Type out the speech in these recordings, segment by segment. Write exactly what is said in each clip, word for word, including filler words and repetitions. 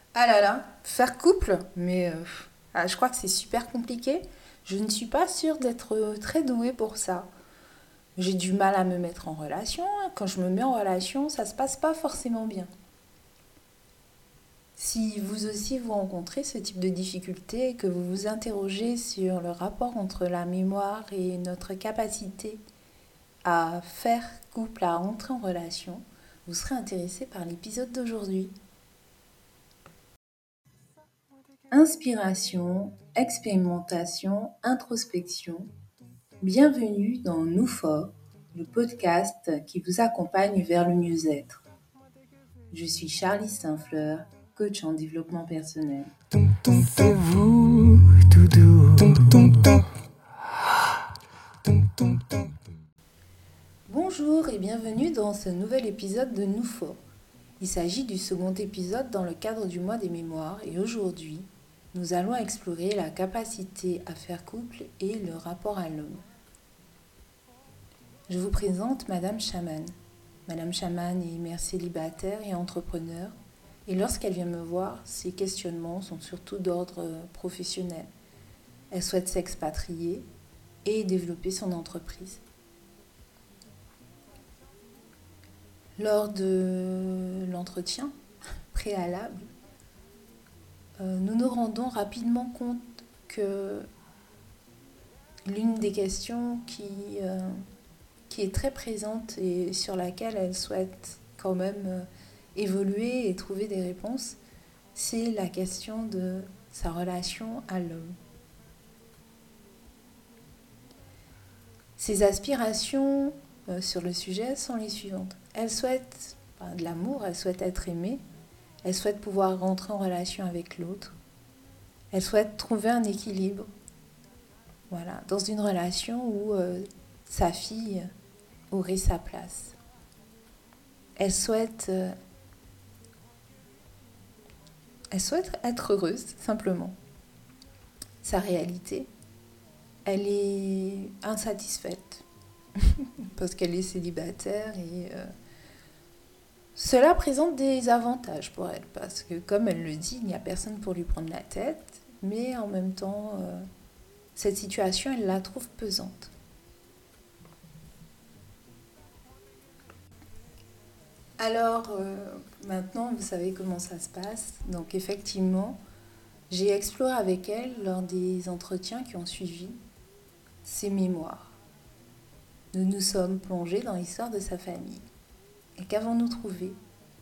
Ah là là, faire couple, mais euh, ah, je crois que c'est super compliqué. Je ne suis pas sûre d'être euh, très douée pour ça. J'ai du mal à me mettre en relation. Quand je me mets en relation, ça se passe pas forcément bien. Si vous aussi vous rencontrez ce type de difficulté, que vous vous interrogez sur le rapport entre la mémoire et notre capacité à faire couple, à entrer en relation, vous serez intéressé par l'épisode d'aujourd'hui. Inspiration, expérimentation, introspection. Bienvenue dans Nous Fort, le podcast qui vous accompagne vers le mieux-être. Je suis Charlie Saint-Fleur, coach en développement personnel. C'est vous, tout doux. Bonjour et bienvenue dans ce nouvel épisode de Nous Fort. Il s'agit du second épisode dans le cadre du mois des mémoires et aujourd'hui, nous allons explorer la capacité à faire couple et le rapport à l'homme. Je vous présente Madame Chaman. Madame Chaman est mère célibataire et entrepreneur et lorsqu'elle vient me voir, ses questionnements sont surtout d'ordre professionnel. Elle souhaite s'expatrier et développer son entreprise. Lors de l'entretien préalable, nous nous rendons rapidement compte que l'une des questions qui, euh, qui est très présente et sur laquelle elle souhaite quand même euh, évoluer et trouver des réponses, c'est la question de sa relation à l'homme. Ses aspirations euh, sur le sujet sont les suivantes. Elle souhaite enfin, de l'amour, elle souhaite être aimée, elle souhaite pouvoir rentrer en relation avec l'autre, elle souhaite trouver un équilibre. Voilà, dans une relation où euh, sa fille aurait sa place. Elle souhaite, euh, elle souhaite être heureuse, simplement. Sa réalité, elle est insatisfaite parce qu'elle est célibataire et euh, cela présente des avantages pour elle parce que, comme elle le dit, il n'y a personne pour lui prendre la tête, mais en même temps, euh, cette situation, elle la trouve pesante. Alors, euh, maintenant, vous savez comment ça se passe. Donc, effectivement, j'ai exploré avec elle, lors des entretiens qui ont suivi, ses mémoires. Nous nous sommes plongés dans l'histoire de sa famille. Et qu'avons-nous trouvé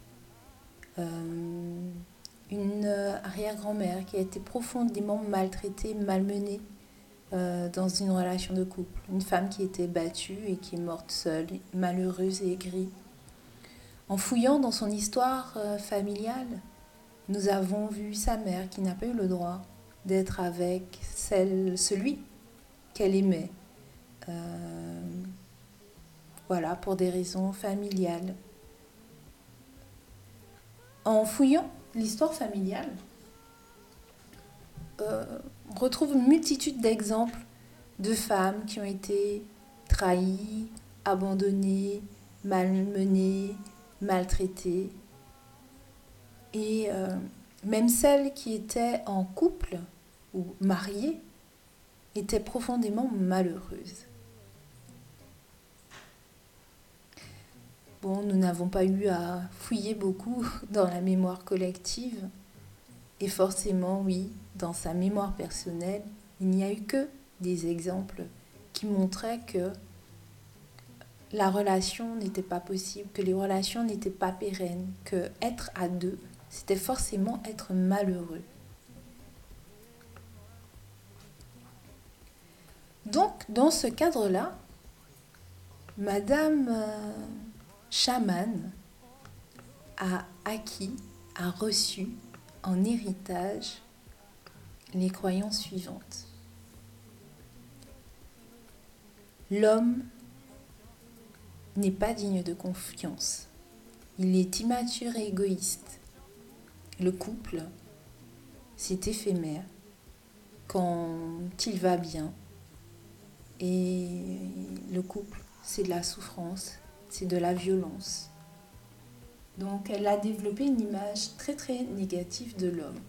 euh, Une arrière-grand-mère qui a été profondément maltraitée, malmenée euh, dans une relation de couple. Une femme qui était battue et qui est morte seule, malheureuse et aigrie. En fouillant dans son histoire euh, familiale, nous avons vu sa mère qui n'a pas eu le droit d'être avec celle, celui qu'elle aimait. Euh, voilà, pour des raisons familiales. En fouillant l'histoire familiale, euh, on retrouve une multitude d'exemples de femmes qui ont été trahies, abandonnées, malmenées, maltraitées. Et euh, même celles qui étaient en couple ou mariées étaient profondément malheureuses. Bon, nous n'avons pas eu à fouiller beaucoup dans la mémoire collective. Et forcément, oui, dans sa mémoire personnelle, il n'y a eu que des exemples qui montraient que la relation n'était pas possible, que les relations n'étaient pas pérennes, que être à deux, c'était forcément être malheureux. Donc, dans ce cadre-là, Madame euh, Chaman a acquis, a reçu en héritage les croyances suivantes. L'homme n'est pas digne de confiance. Il est immature et égoïste. Le couple, c'est éphémère quand il va bien. Et le couple, c'est de la souffrance, c'est de la violence. Donc elle a développé une image très très négative de l'homme.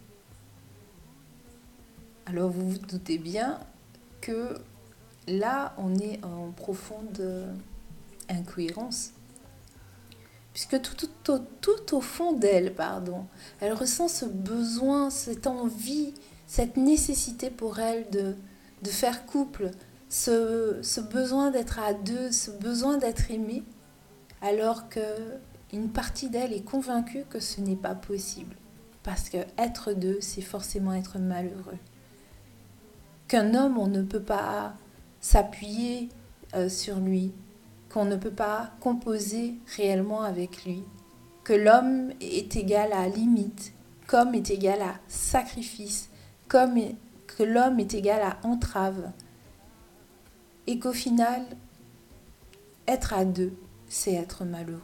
Alors vous vous doutez bien que là on est en profonde incohérence. Puisque tout, tout, tout, tout au fond d'elle, pardon, elle ressent ce besoin, cette envie, cette nécessité pour elle de, de faire couple, ce, ce besoin d'être à deux, ce besoin d'être aimée, alors qu'une partie d'elle est convaincue que ce n'est pas possible. Parce que être deux, c'est forcément être malheureux. Qu'un homme, on ne peut pas s'appuyer euh, sur lui, qu'on ne peut pas composer réellement avec lui, que l'homme est égal à limite, qu'homme est égal à sacrifice, comme que l'homme est égal à entrave, et qu'au final, être à deux, c'est être malheureux.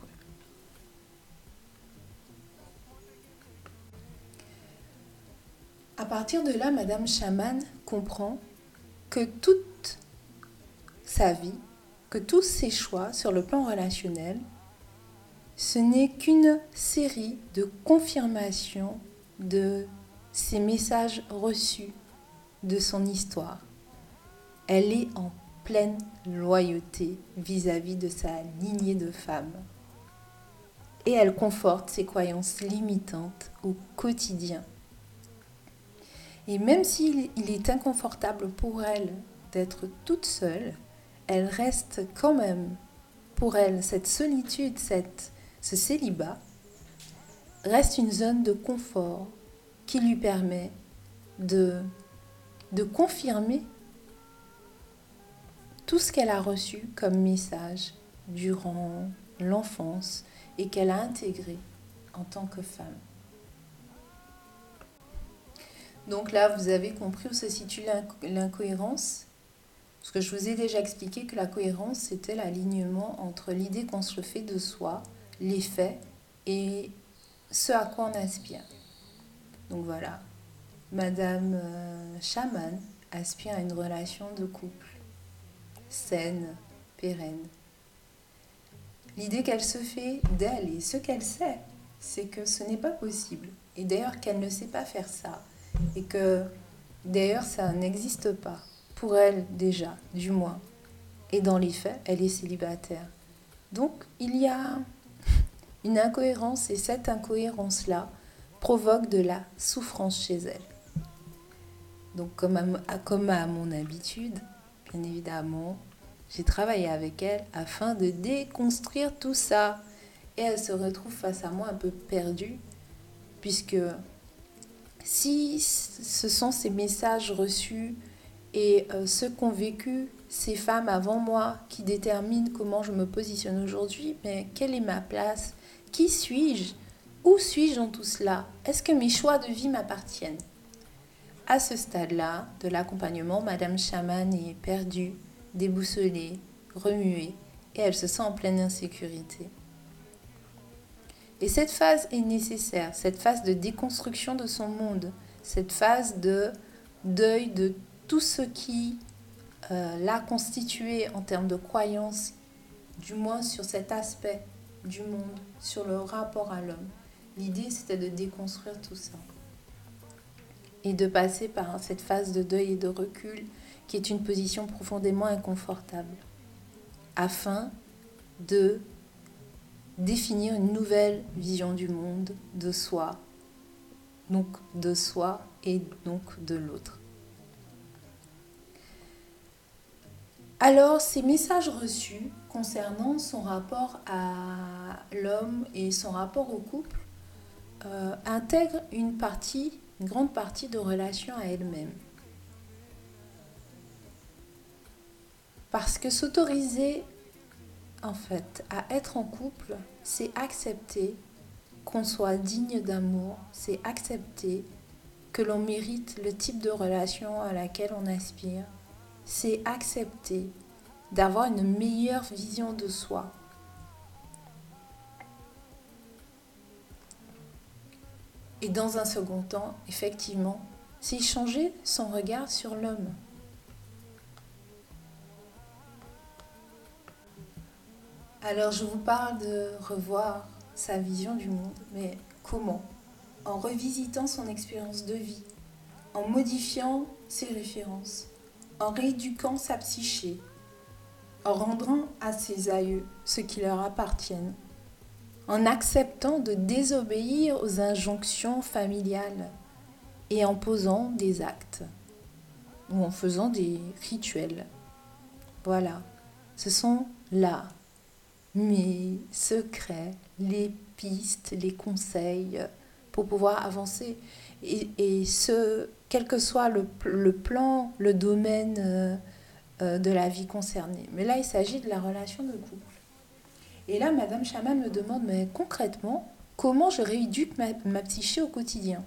À partir de là, Madame Chaman comprend que toute sa vie, que tous ses choix sur le plan relationnel, ce n'est qu'une série de confirmations de ces messages reçus de son histoire. Elle est en pleine loyauté vis-à-vis de sa lignée de femmes. Et elle conforte ses croyances limitantes au quotidien. Et même s'il est inconfortable pour elle d'être toute seule, elle reste quand même, pour elle, cette solitude, cette, ce célibat, reste une zone de confort qui lui permet de, de confirmer tout ce qu'elle a reçu comme message durant l'enfance et qu'elle a intégré en tant que femme. Donc là, vous avez compris où se situe l'incohérence. Parce que je vous ai déjà expliqué que la cohérence, c'était l'alignement entre l'idée qu'on se fait de soi, les faits et ce à quoi on aspire. Donc voilà, Madame euh, Chaman aspire à une relation de couple saine, pérenne. L'idée qu'elle se fait d'elle et ce qu'elle sait, c'est que ce n'est pas possible. Et d'ailleurs qu'elle ne sait pas faire ça. Et que d'ailleurs ça n'existe pas. Pour elle déjà, du moins. Et dans les faits, elle est célibataire. Donc il y a une incohérence et cette incohérence-là provoque de la souffrance chez elle. Donc comme à, comme à mon habitude, bien évidemment, j'ai travaillé avec elle afin de déconstruire tout ça. Et elle se retrouve face à moi un peu perdue, puisque si ce sont ces messages reçus et euh, ce qu'ont vécu ces femmes avant moi qui déterminent comment je me positionne aujourd'hui, mais quelle est ma place? Qui suis-je? Où suis-je dans tout cela? Est-ce que mes choix de vie m'appartiennent? À ce stade-là de l'accompagnement, Madame Chaman est perdue, déboussolée, remuée, et elle se sent en pleine insécurité. Et cette phase est nécessaire, cette phase de déconstruction de son monde, cette phase de deuil de tout ce qui euh, l'a constitué en termes de croyances, du moins sur cet aspect du monde, sur le rapport à l'homme. L'idée, c'était de déconstruire tout ça et de passer par cette phase de deuil et de recul qui est une position profondément inconfortable afin de définir une nouvelle vision du monde, de soi, donc de soi et donc de l'autre. Alors, ces messages reçus concernant son rapport à l'homme et son rapport au couple euh, intègrent une partie, une grande partie de relation à elle-même. Parce que s'autoriser en fait à être en couple, c'est accepter qu'on soit digne d'amour, c'est accepter que l'on mérite le type de relation à laquelle on aspire, c'est accepter d'avoir une meilleure vision de soi. Et dans un second temps, effectivement, c'est changer son regard sur l'homme. Alors je vous parle de revoir sa vision du monde. Mais comment? En revisitant son expérience de vie, en modifiant ses références, en rééduquant sa psyché, en rendant à ses aïeux ce qui leur appartient, en acceptant de désobéir aux injonctions familiales et en posant des actes ou en faisant des rituels. Voilà, ce sont là mes secrets, les pistes, les conseils pour pouvoir avancer. Et, et ce, quel que soit le, le plan, le domaine euh, euh, de la vie concernée. Mais là, il s'agit de la relation de couple. Et là, Madame Chaman me demande, mais concrètement, comment je rééduque ma, ma psyché au quotidien?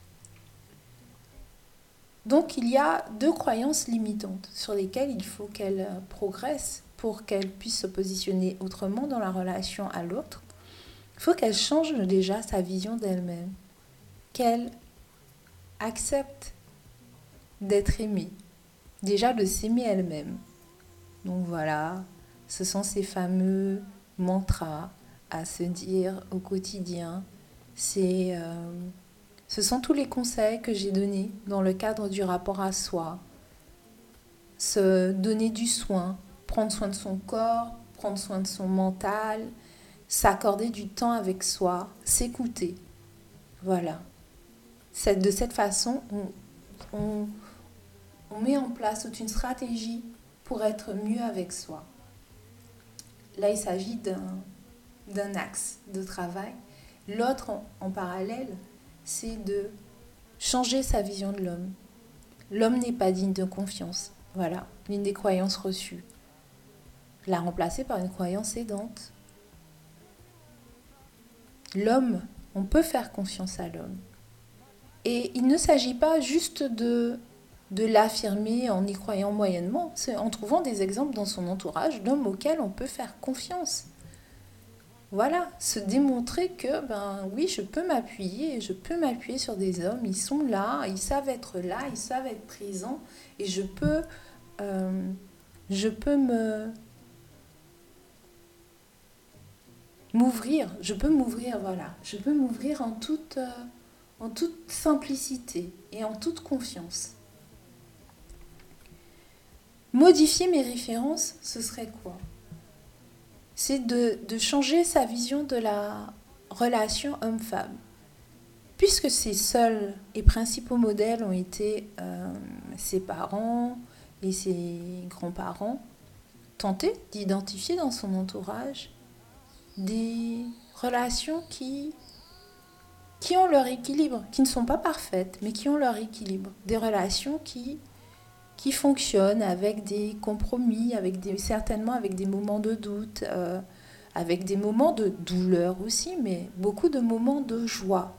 Donc, il y a deux croyances limitantes sur lesquelles il faut qu'elle progresse pour qu'elle puisse se positionner autrement dans la relation à l'autre. Il faut qu'elle change déjà sa vision d'elle-même, qu'elle accepte d'être aimée, déjà de s'aimer elle-même. Donc voilà, ce sont ces fameux mantras à se dire au quotidien. C'est, euh, ce sont tous les conseils que j'ai donnés dans le cadre du rapport à soi. Se donner du soin, prendre soin de son corps, prendre soin de son mental, s'accorder du temps avec soi, s'écouter. Voilà. C'est de cette façon, on, on, on met en place toute une stratégie pour être mieux avec soi. Là, il s'agit d'un, d'un axe de travail. L'autre, en, en parallèle, c'est de changer sa vision de l'homme. L'homme n'est pas digne de confiance. Voilà, l'une des croyances reçues. La remplacer par une croyance aidante. L'homme, on peut faire confiance à l'homme. Et il ne s'agit pas juste de, de l'affirmer en y croyant moyennement, c'est en trouvant des exemples dans son entourage d'hommes auxquels on peut faire confiance. Voilà, se démontrer que, ben oui, je peux m'appuyer, je peux m'appuyer sur des hommes, ils sont là, ils savent être là, ils savent être présents, et je peux, euh, je peux me, m'ouvrir, je peux m'ouvrir, voilà, je peux m'ouvrir en toute, euh, en toute simplicité et en toute confiance. Modifier mes références, ce serait quoi? C'est de, de changer sa vision de la relation homme-femme. Puisque ses seuls et principaux modèles ont été euh, ses parents et ses grands-parents, tenter d'identifier dans son entourage des relations qui, qui ont leur équilibre, qui ne sont pas parfaites, mais qui ont leur équilibre. Des relations qui, qui fonctionnent avec des compromis, avec des, certainement avec des moments de doute, euh, avec des moments de douleur aussi, mais beaucoup de moments de joie.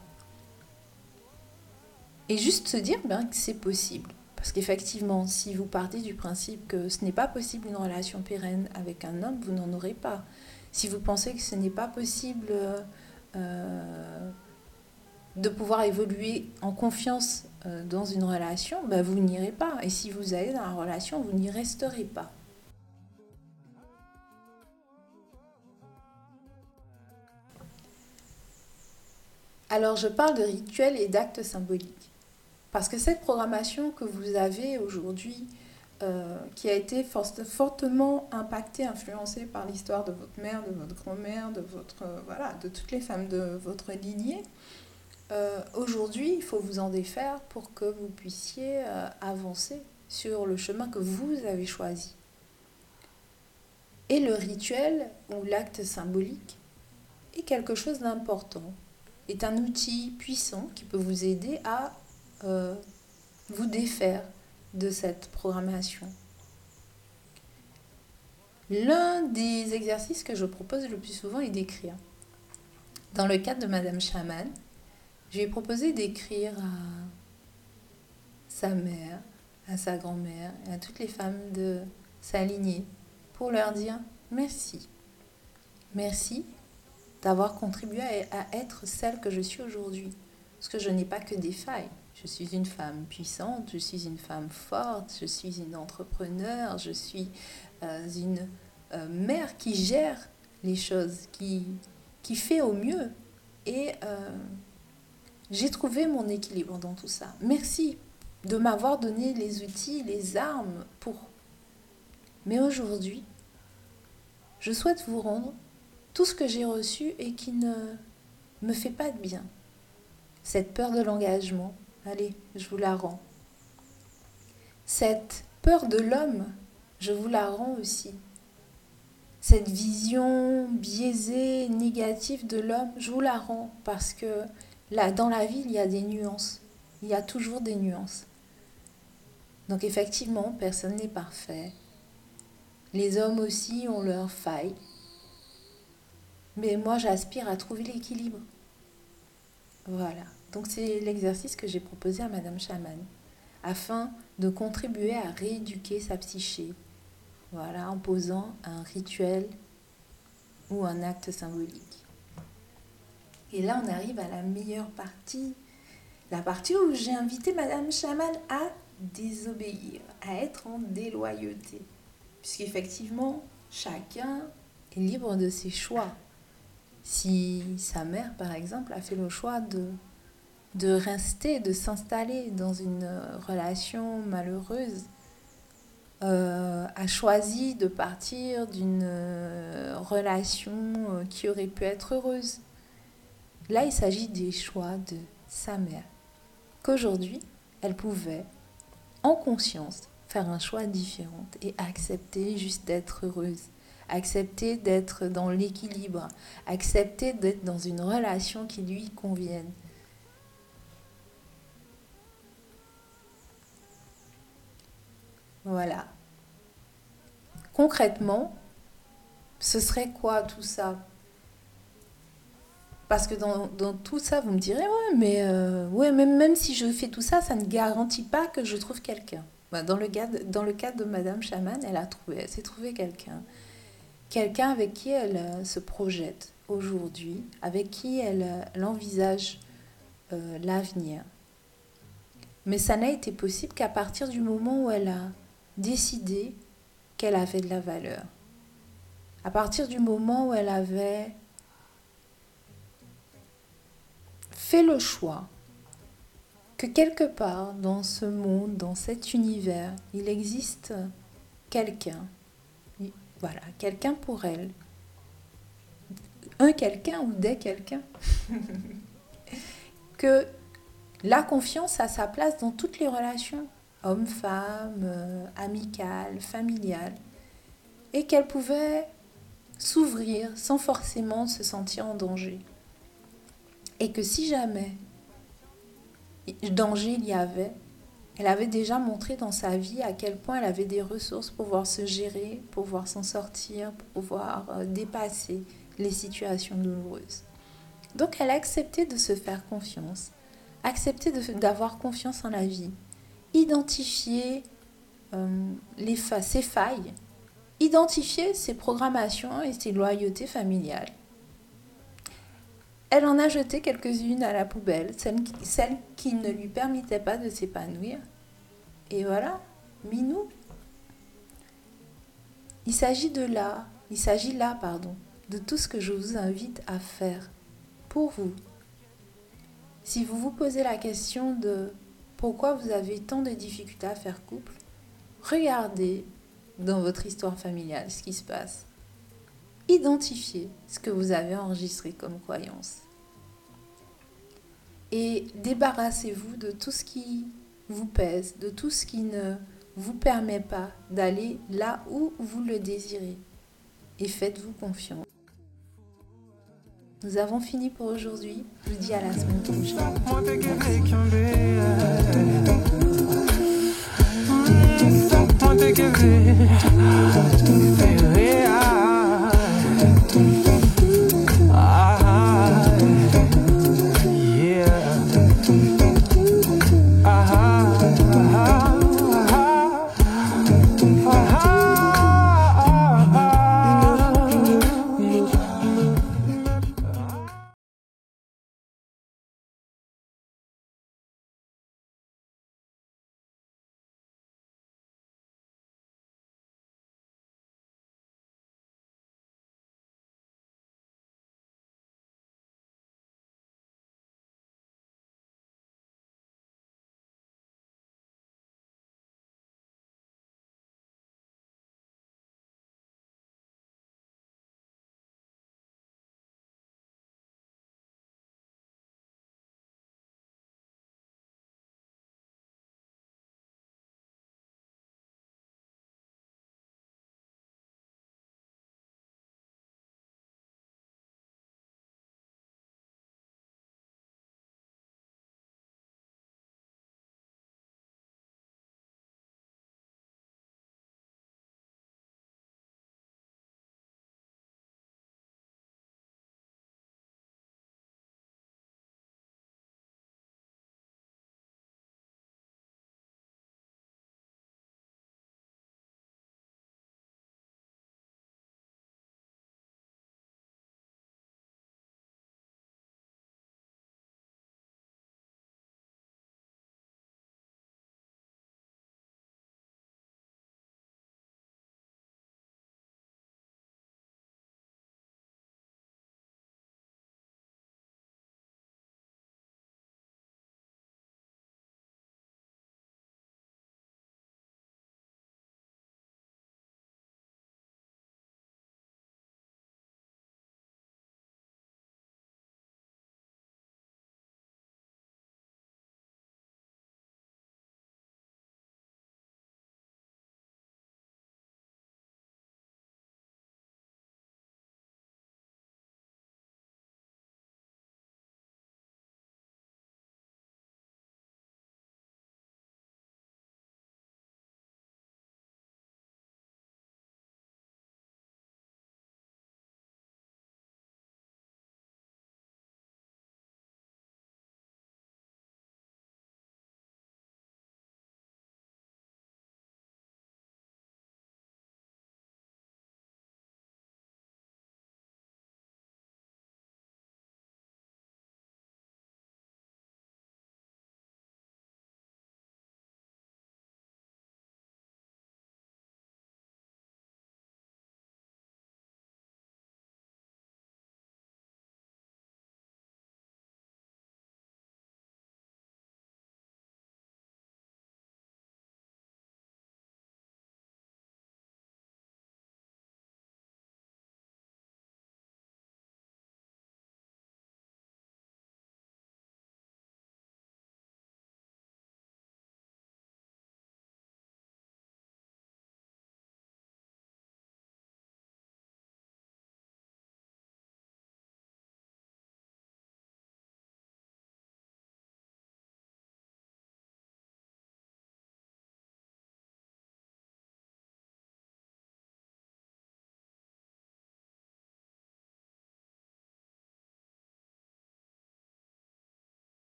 Et juste se dire ben, que c'est possible. Parce qu'effectivement, si vous partez du principe que ce n'est pas possible une relation pérenne avec un homme, vous n'en aurez pas. Si vous pensez que ce n'est pas possible euh, de pouvoir évoluer en confiance euh, dans une relation, ben vous n'irez pas. Et si vous allez dans la relation, vous n'y resterez pas. Alors je parle de rituels et d'actes symboliques. Parce que cette programmation que vous avez aujourd'hui, euh, qui a été for- fortement impactée, influencée par l'histoire de votre mère, de votre grand-mère, de, votre, euh, voilà, de toutes les femmes de votre lignée, euh, aujourd'hui, il faut vous en défaire pour que vous puissiez euh, avancer sur le chemin que vous avez choisi. Et le rituel ou l'acte symbolique est quelque chose d'important, est un outil puissant qui peut vous aider à Euh, vous défaire de cette programmation. L'un des exercices que je propose le plus souvent est d'écrire. Dans le cadre de Madame Chaman, je lui ai proposé d'écrire à sa mère, à sa grand-mère et à toutes les femmes de sa lignée pour leur dire merci. Merci d'avoir contribué à être celle que je suis aujourd'hui. Parce que je n'ai pas que des failles. Je suis une femme puissante, je suis une femme forte, je suis une entrepreneur, je suis euh, une euh, mère qui gère les choses, qui, qui fait au mieux. Et euh, j'ai trouvé mon équilibre dans tout ça. Merci de m'avoir donné les outils, les armes pour. Mais aujourd'hui, je souhaite vous rendre tout ce que j'ai reçu et qui ne me fait pas de bien. Cette peur de l'engagement, allez, je vous la rends. Cette peur de l'homme, je vous la rends aussi. Cette vision biaisée, négative de l'homme, je vous la rends parce que là, dans la vie, il y a des nuances. Il y a toujours des nuances. Donc effectivement, personne n'est parfait. Les hommes aussi ont leurs failles. Mais moi, j'aspire à trouver l'équilibre. Voilà. Donc c'est l'exercice que j'ai proposé à Madame Chaman, afin de contribuer à rééduquer sa psyché. Voilà, en posant un rituel ou un acte symbolique. Et là, on arrive à la meilleure partie, la partie où j'ai invité Madame Chaman à désobéir, à être en déloyauté. Puisqu'effectivement, chacun est libre de ses choix. Si sa mère, par exemple, a fait le choix de, de rester, de s'installer dans une relation malheureuse, euh, a choisi de partir d'une euh, relation qui aurait pu être heureuse. Là, il s'agit des choix de sa mère. Qu'aujourd'hui, elle pouvait, en conscience, faire un choix différent et accepter juste d'être heureuse. Accepter d'être dans l'équilibre, accepter d'être dans une relation qui lui convienne. Voilà. Concrètement, ce serait quoi tout ça? Parce que dans, dans tout ça, vous me direz, ouais, mais euh, ouais, même, même si je fais tout ça, ça ne garantit pas que je trouve quelqu'un. Bah, dans, le cas de, dans le cas de Madame Chaman, elle a trouvé, elle s'est trouvé quelqu'un. Quelqu'un avec qui elle euh, se projette aujourd'hui, avec qui elle, euh, elle envisage euh, l'avenir. Mais ça n'a été possible qu'à partir du moment où elle a décidé qu'elle avait de la valeur. À partir du moment où elle avait fait le choix que quelque part dans ce monde, dans cet univers, il existe quelqu'un. Voilà, quelqu'un pour elle. Un quelqu'un ou des quelqu'un. Que la confiance a sa place dans toutes les relations, homme-femme, euh, amicales, familiales, et qu'elle pouvait s'ouvrir sans forcément se sentir en danger. Et que si jamais danger il y avait, elle avait déjà montré dans sa vie à quel point elle avait des ressources pour pouvoir se gérer, pour pouvoir s'en sortir, pour pouvoir euh, dépasser les situations douloureuses. Donc elle a accepté de se faire confiance, accepté de, d'avoir confiance en la vie, identifier euh, les fa- ses failles, identifier ses programmations et ses loyautés familiales. Elle en a jeté quelques-unes à la poubelle, celles, celles qui ne lui permettaient pas de s'épanouir. Et voilà, minou. Il s'agit de là, il s'agit là, pardon, de tout ce que je vous invite à faire pour vous. Si vous vous posez la question de pourquoi vous avez tant de difficultés à faire couple, regardez dans votre histoire familiale ce qui se passe. Identifiez ce que vous avez enregistré comme croyance. Et débarrassez-vous de tout ce qui vous pèse, de tout ce qui ne vous permet pas d'aller là où vous le désirez. Et faites-vous confiance. Nous avons fini pour aujourd'hui. Je vous dis à la semaine prochaine.